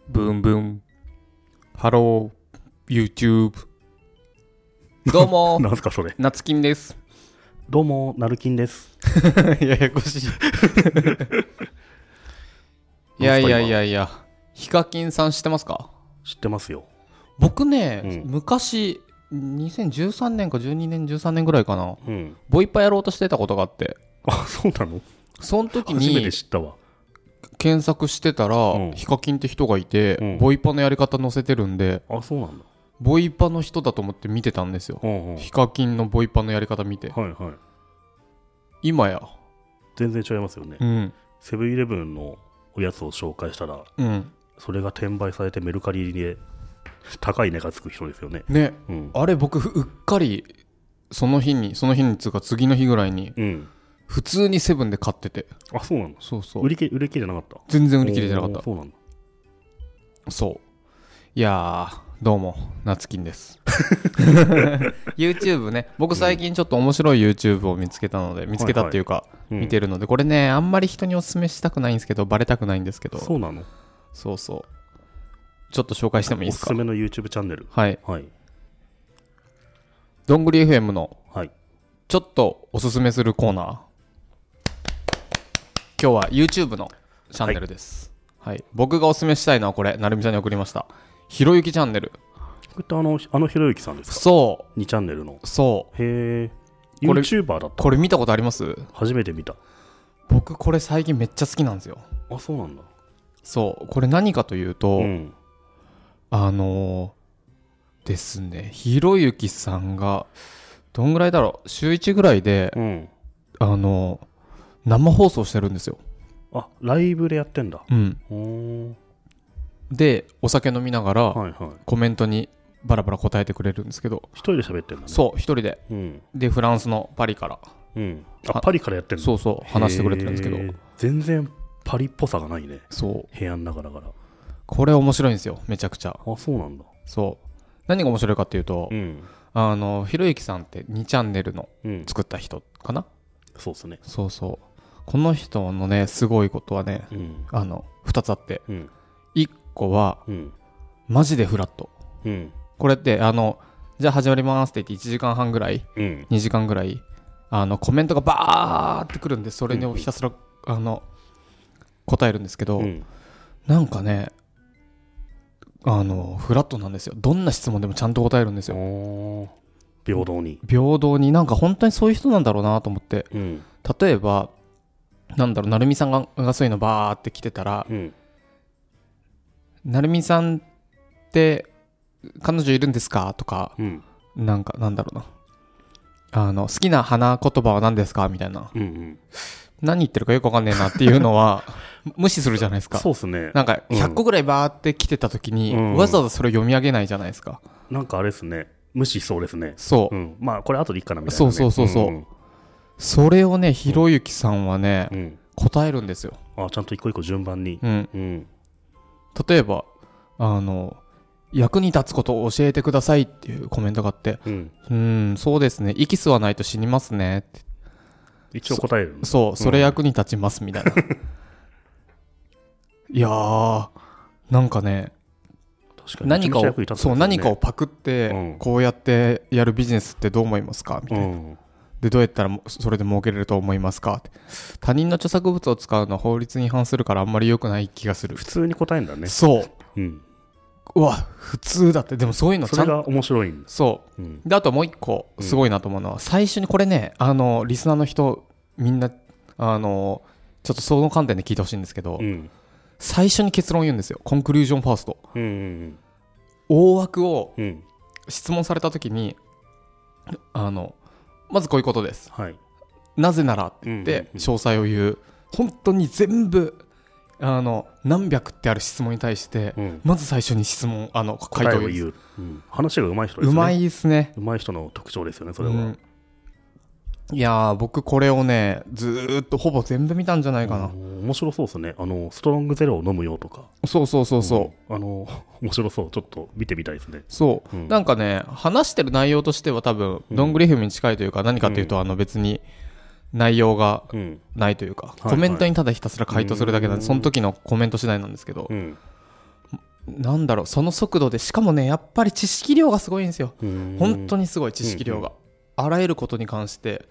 ブンブンハロー YouTube どうもなんすかそれ。 夏金ですどうもなるきんです。 ややこしいいやヒカキンさん知ってますか？ 知ってますよ。 僕ね、昔2013年か12年13年ぐらいかな、ボイパやろうとしてたことがあって。 あ、そうなの？ その時初めてに知ったわ。 検索してたら、ヒカキンって人がいて、ボイパのやり方載せてるんで、 あ、そうなんだ。 ボイパの人だと思って見てたんですよ、ヒカキンのボイパのやり方見て、今や全然違いますよね。セブンイレブンのおやつを紹介したら、それが転売されてメルカリで高い値がつく人ですよね。 あれ僕うっかりその日につうか次の日ぐらいに、普通にセブンで買ってて。あ、 そうなんだ。 そうそう。 売り切れじゃなかった？ 全然売り切れじゃなかった。 そうなんだ。 そう。いやー、どうも夏金です。YouTube ね、僕最近ちょっと面白い YouTube を見つけたので、見つけたっていうか、見てるので、これねあんまり人にお勧めしたくないんですけど、バレたくないんですけど。 そうなの？ そうそう。ちょっと紹介してもいいですか？ おすすめの YouTube チャンネル。 はい。どんぐり FM のちょっとおすすめするコーナー。今日は YouTube のチャンネルです。僕がおすすめしたいのはこれ、なるみさんに送りました。ひろゆきチャンネル。 これってあのひろゆきさんですか？ そう。 2チャンネルの。 そう。 へー。YouTuber だった。 これ見たことあります？ 初めて見た。 僕これ最近めっちゃ好きなんですよ。 あ、そうなんだ。 そう。これ何かというと、ですね、ひろゆきさんがどんぐらいだろう、週1ぐらいで、生放送してるんですよ。 あ、ライブでやってんだ。 でお酒飲みながら、コメントにバラバラ答えてくれるんですけど、 一人で喋ってんだね。 そう、一人で、でフランスのパリから、 パリからやってんの？ そうそう、話してくれてるんですけど、 全然パリっぽさがないね。 そう、 部屋の中だから。 これ面白いんですよ、めちゃくちゃ。 あ、そうなんだ。 そう、何が面白いかっていうと、ひろゆきさんって2チャンネルの作った人かな。 そうですね。 そうそう、この人のねすごいことはね、2つあって、1個は、マジでフラット、これってじゃあ始まりますって言って1時間半ぐらい、2時間ぐらいコメントがバーってくるんで、それをひたすら答えるんですけど、なんかねフラットなんですよ。どんな質問でもちゃんと答えるんですよ。 平等に。 なんか本当にそういう人なんだろうなと思って、例えばなんだろう、なるみさんがそういうのバーって来てたら、なるみさんって彼女いるんですかとか、なんかなんだろうな、好きな花言葉は何ですかみたいな、何言ってるかよくわかんねえなっていうのは無視するじゃないですか。 そうですね。 なんか100個ぐらいバーって来てた時に、わざわざそれを読み上げないじゃないですか。 なんかあれですね、無視しそうですね。 そう、 まあこれ後でいいかなみたいな、ね、 そう、それをねひろゆきさんはね、答えるんですよ。 あ、ちゃんと一個一個順番に。 例えば役に立つことを教えてくださいっていうコメントがあって、そうですね、息吸わないと死にますねって一応答える。 そう、それ役に立ちますみたいな。いやー、なんかね、何かをパクって、こうやってやるビジネスってどう思いますかみたいな。でどうやったらそれで儲けれると思いますかって。他人の著作物を使うのは法律に違反するからあんまり良くない気がする。 普通に答えんだね。 そう、うわ普通だって。でもそういうのそれが面白いんだ。 そう、であともう一個すごいなと思うのは、最初にこれねリスナーの人みんなちょっとその観点で聞いてほしいんですけど、最初に結論言うんですよ。コンクルージョンファースト、大枠を質問された時にまずこういうことです、なぜならって言って詳細を言う。本当に全部何百ってある質問に対して、まず最初に回答を言う、 話が上手い人ですね。 上手いですね。 上手い人の特徴ですよね、それは。 いやー、僕これをねずーっとほぼ全部見たんじゃないかな。 面白そうですね。ストロングゼロを飲むよとか。 そう、 面白そう。ちょっと見てみたいですね。 そう、なんかね話してる内容としては多分どんぐり FM に近いというか、何かというと別に内容がないというか、コメントにただひたすら回答するだけなんで、その時のコメント次第なんですけど、 なんだろう、その速度で、しかもねやっぱり知識量がすごいんですよ。本当にすごい知識量が、あらゆることに関して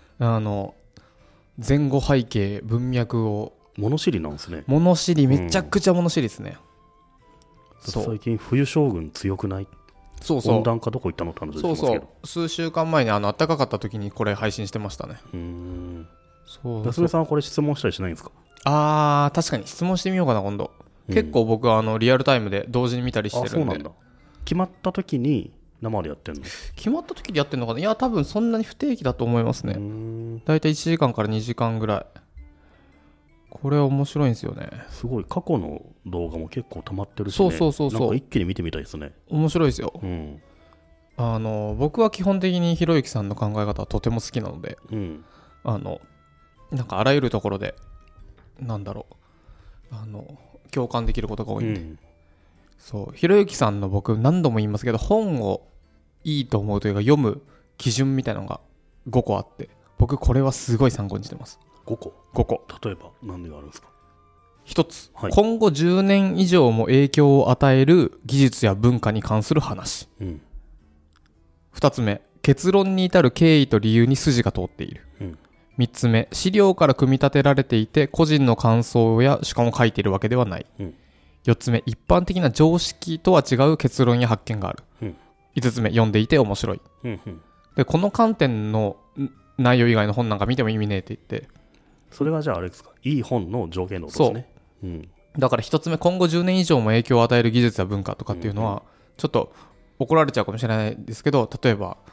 前後背景文脈を物知りなんですね。 物知り、めちゃくちゃ物知りですね。 最近冬将軍強くない？ そうそう、 温暖化どこ行ったのって話ですけど。 そう数週間前に暖かかった時にこれ配信してましたね。 そう安部さんはこれ質問したりしないんですか？ 確かに質問してみようかな今度。結構僕はリアルタイムで同時に見たりしてるんで。 そうなんだ。決まった時に生でやってんの？ 決まった時でやってんのかな。いや多分そんなに不定期だと思いますね。だいたい1時間から2時間ぐらい。これ面白いんですよね。 すごい過去の動画も結構溜まってるし、ね、 そうなんか一気に見てみたいですね。 面白いですよ、僕は基本的にひろゆきさんの考え方はとても好きなので、なんかあらゆるところでなんだろう共感できることが多いんで、そうひろゆきさんの僕何度も言いますけど本をいいと思うというか読む基準みたいなのが5個あって、僕これはすごい参考にしてます。 5個例えば何があるんですか ？1つ、今後10年以上も影響を与える技術や文化に関する話、2つ目、結論に至る経緯と理由に筋が通っている、3つ目、資料から組み立てられていて個人の感想や主観を書いているわけではない、4つ目、一般的な常識とは違う結論や発見がある、5つ目、読んでいて面白い、でこの観点の内容以外の本なんか見ても意味ねえって言って、 それがじゃああれですか、いい本の条件のことですね。 だから一つ目、今後10年以上も影響を与える技術や文化とかっていうのは、ちょっと怒られちゃうかもしれないですけど、例えば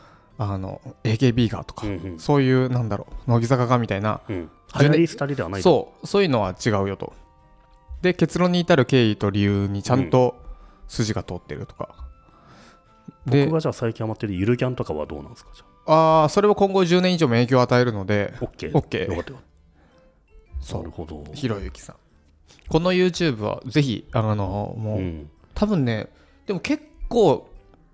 AKB がとか、そういうなんだろう乃木坂がみたいな、 流行り廃りではないと、そういうのは違うよと。で結論に至る経緯と理由にちゃんと筋が通ってるとか、 で僕がじゃあ最近ハマってるゆるキャンとかはどうなんですか？じゃあそれは今後10年以上も影響を与えるので OK よかったよ。なるほど。 ひろゆきさん、この YouTube はぜひもう、多分ね、でも結構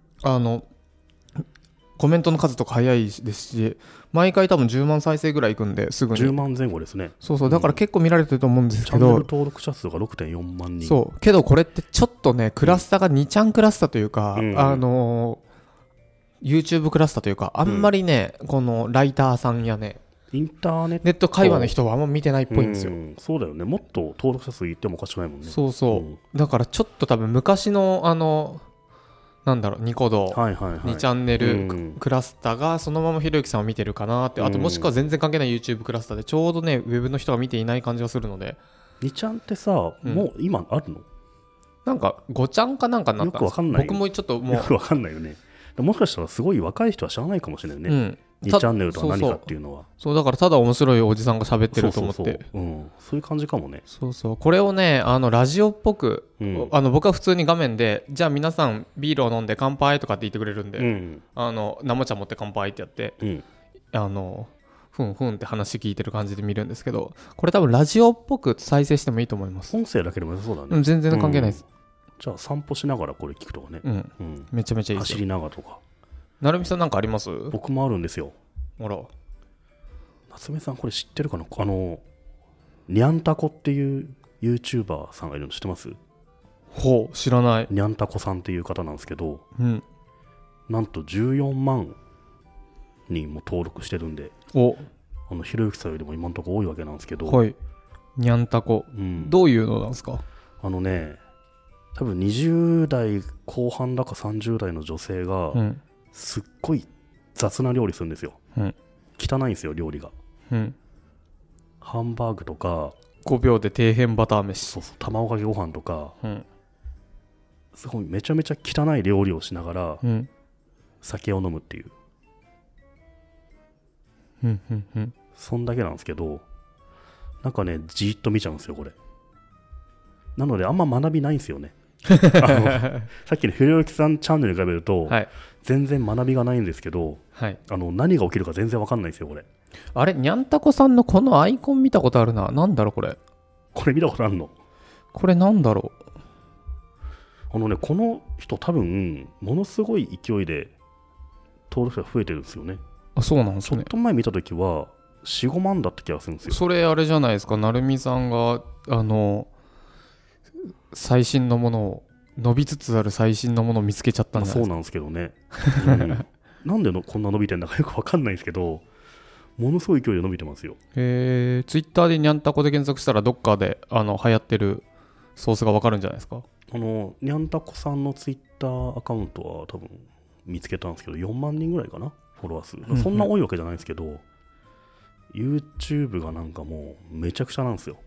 コメントの数とか早いですし、毎回多分10万再生ぐらいいくんで、すぐに 10万前後ですね。 そうだから結構見られてると思うんですけど、 チャンネル登録者数が 6.4 万人。 そうけどこれってちょっとねクラスターが2ちゃんクラスターというか、YouTube クラスターというか、あんまりね、このライターさんやねインターネット会話の人はあんま見てないっぽいんですよ。 そうだよね。もっと登録者数いってもおかしくないもんね。 だからちょっと多分昔のなんだろうニコ動、2チャンネルクラスターがそのままひろゆきさんを見てるかなって、あともしくは全然関係ない YouTube クラスターでちょうどねウェブの人が見ていない感じがするので。 2ちゃんってさ、もう今あるの？ なんか5ちゃんかなんかになったんです。 よくわかんない。 僕もちょっともうよくわかんないよね。もしかしたらすごい若い人は知らないかもしれないね。2チャンネルとは何かっていうのは。 そうだからただ面白いおじさんが喋ってると思って、 そういう感じかもね。 これをねラジオっぽく、僕は普通に画面でじゃあ皆さんビールを飲んで乾杯とかって言ってくれるんで、生茶持って乾杯ってやって、ふんふんって話聞いてる感じで見るんですけど、これ多分ラジオっぽく再生してもいいと思います。 音声だけでも良さそうだね。 全然関係ないです。 じゃあ散歩しながらこれ聞くとかね。 めちゃめちゃいいですよ。 走りながらとか。 なるみさんなんかあります？ 僕もあるんですよ。 あら、 夏目さんこれ知ってるかな？にゃんたこっていう YouTuber さんがいるの知ってます？ ほう、知らない。 にゃんたこさんっていう方なんですけど、なんと14万人も登録してるんで、ひろゆきさんよりも今のところ多いわけなんですけど、 にゃんたこ、どういうのなんですか？ 多分20代後半だか30代の女性が、すっごい雑な料理するんですよ。汚いんですよ料理が。ハンバーグとか 5秒で底辺バター飯、 卵かけご飯とか、すごいめちゃめちゃ汚い料理をしながら、酒を飲むっていう、そんだけなんですけど、なんかねじーっと見ちゃうんですよこれ。なのであんま学びないんですよね。さっきのひろゆきさんチャンネルに比べると、全然学びがないんですけど、何が起きるか全然わかんないんですよこれ。 あれにゃんたこさんのこのアイコン見たことあるな。なんだろうこれ。 これ見たことあるの？これなんだろう。この人多分ものすごい勢いで登録者が増えてるんですよね。 そうなんですね。 ちょっと前見たときは 4,5 万だった気がするんですよ。 それあれじゃないですか、なるみさんが最新のものを伸びつつある最新のものを見つけちゃったんじゃないですか。 そうなんですけどね、なんでこんな伸びてんだかよく分かんないんですけど、ものすごい勢いで伸びてますよ。 ツイッターでにゃんたこで検索したらどっかで流行ってるソースが分かるんじゃないですか。 にゃんたこさんのツイッターアカウントは多分見つけたんですけど、4万人ぐらいかな、フォロワー数。そんな多いわけじゃないですけど、YouTube がなんかもうめちゃくちゃなんですよ。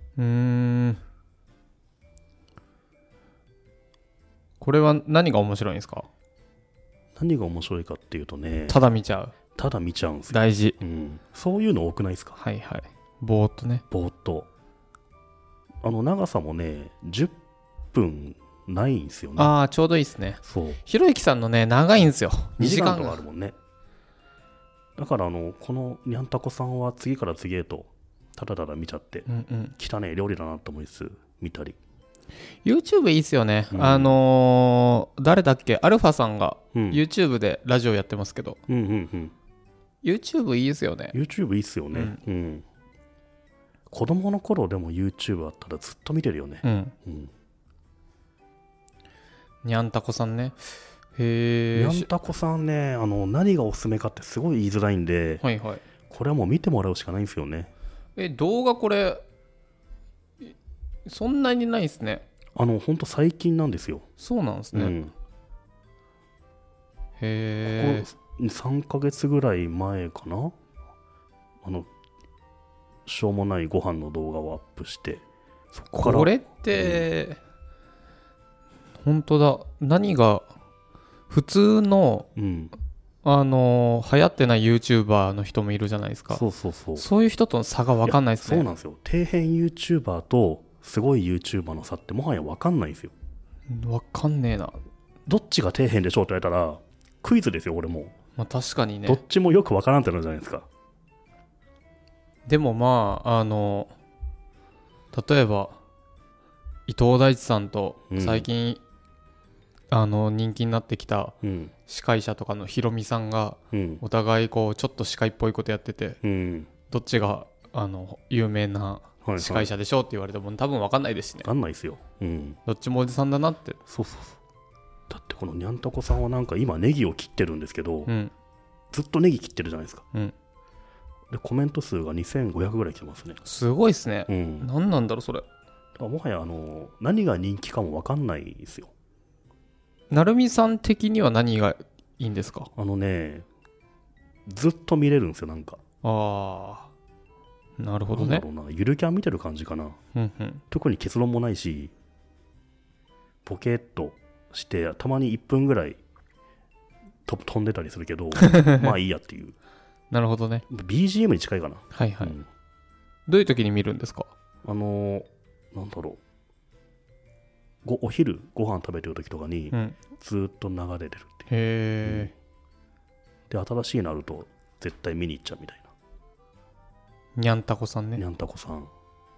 これは何が面白いんですか？ 何が面白いかっていうとね、 ただ見ちゃうんですよ。 大事、 そういうの多くないですか？ はいはい。ぼーっとね。 ぼーっと。長さもね、10分ないんですよね。 ああ、ちょうどいいですね。 そう。 ひろゆきさんのね、長いんですよ。2時間とかあるもんね。だからこのにゃんたこさんは次から次へとただただ見ちゃって、汚い料理だなと思いつつ見たり。 YouTube いいっすよね。誰だっけ、アルファさんが YouTube でラジオやってますけど、YouTube いいっすよね。 YouTube いいっすよね。子供の頃でも YouTube あったらずっと見てるよね。 にゃんたこさんね。 にゃんたこさんね、何がおすすめかってすごい言いづらいんで、これはもう見てもらうしかないんですよね。 動画これそんなにないですね。 ほんと最近なんですよ。 そうなんですね。 ここ3ヶ月ぐらい前かな、しょうもないご飯の動画をアップして、そこからこれって、本当だ、何が普通の、流行ってない YouTuber の人もいるじゃないですか。そういう人との差が分かんないですね。 そうなんですよ。底辺 YouTuber とすごい YouTuber の差ってもはや分かんないんですよ。 分かんねえな。どっちが底辺でしょうって言われたらクイズですよ、俺も。 まあ確かにね。 どっちもよく分からんってなるじゃないですか。 でもまあ例えば伊藤大地さんと最近、人気になってきた司会者とかのヒロミさんが、お互いこうちょっと司会っぽいことやってて、どっちが有名な司会者でしょうって言われても多分分かんないですしね。 分かんないですよ。 どっちもおじさんだなって。 だってこのにゃんたこさんはなんか今ネギを切ってるんですけど、ずっとネギ切ってるじゃないですか。でコメント数が2500ぐらい来てますね。 すごいですね。何なんだろうそれ。 もはや何が人気かも分かんないですよ。 なるみさん的には何がいいんですか？ ずっと見れるんですよ、なんか。 なるほどね。 ゆるキャン見てる感じかな。特に結論もないし、ボケっとしてたまに1分ぐらい飛んでたりするけどまあいいやっていう。 なるほどね。 BGM に近いかな。 どういう時に見るんですか？ なんだろう、お昼ご飯食べてる時とかにずっと流れてるっていう。で新しいのあると絶対見に行っちゃうみたいな。 にゃんたこさんね。 にゃんたこさん。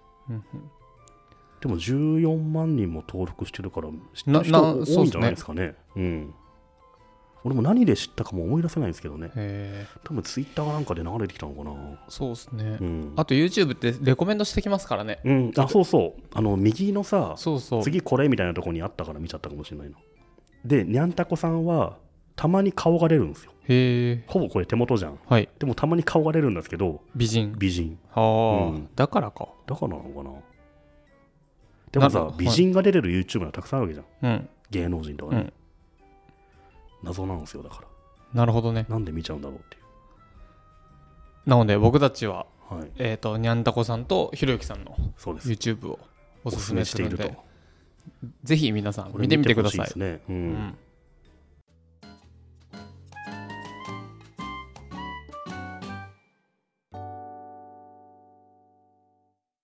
でも14万人も登録してるから知ってる人多いんじゃないですかね。俺も何で知ったかも思い出せないんですけどね。多分ツイッターなんかで流れてきたのかな。 そうですね。あと YouTube ってレコメンドしてきますからね。 そうそう。右のさ、次これみたいなところにあったから見ちゃったかもしれないな。でにゃんたこさんはたまに顔が出るんですよ。ほぼこれ手元じゃん。でもたまに顔が出るんですけど、美人。 だからか。 だからなのかな。でもさ、美人が出れる YouTube がたくさんあるわけじゃん。芸能人とかね。謎なんですよ、だから。 なるほどね。 なんで見ちゃうんだろうっていう。 なので僕たちは、にゃんたこさんとひろゆきさんの YouTube をおすすめしていると。ぜひ皆さん見てみてください。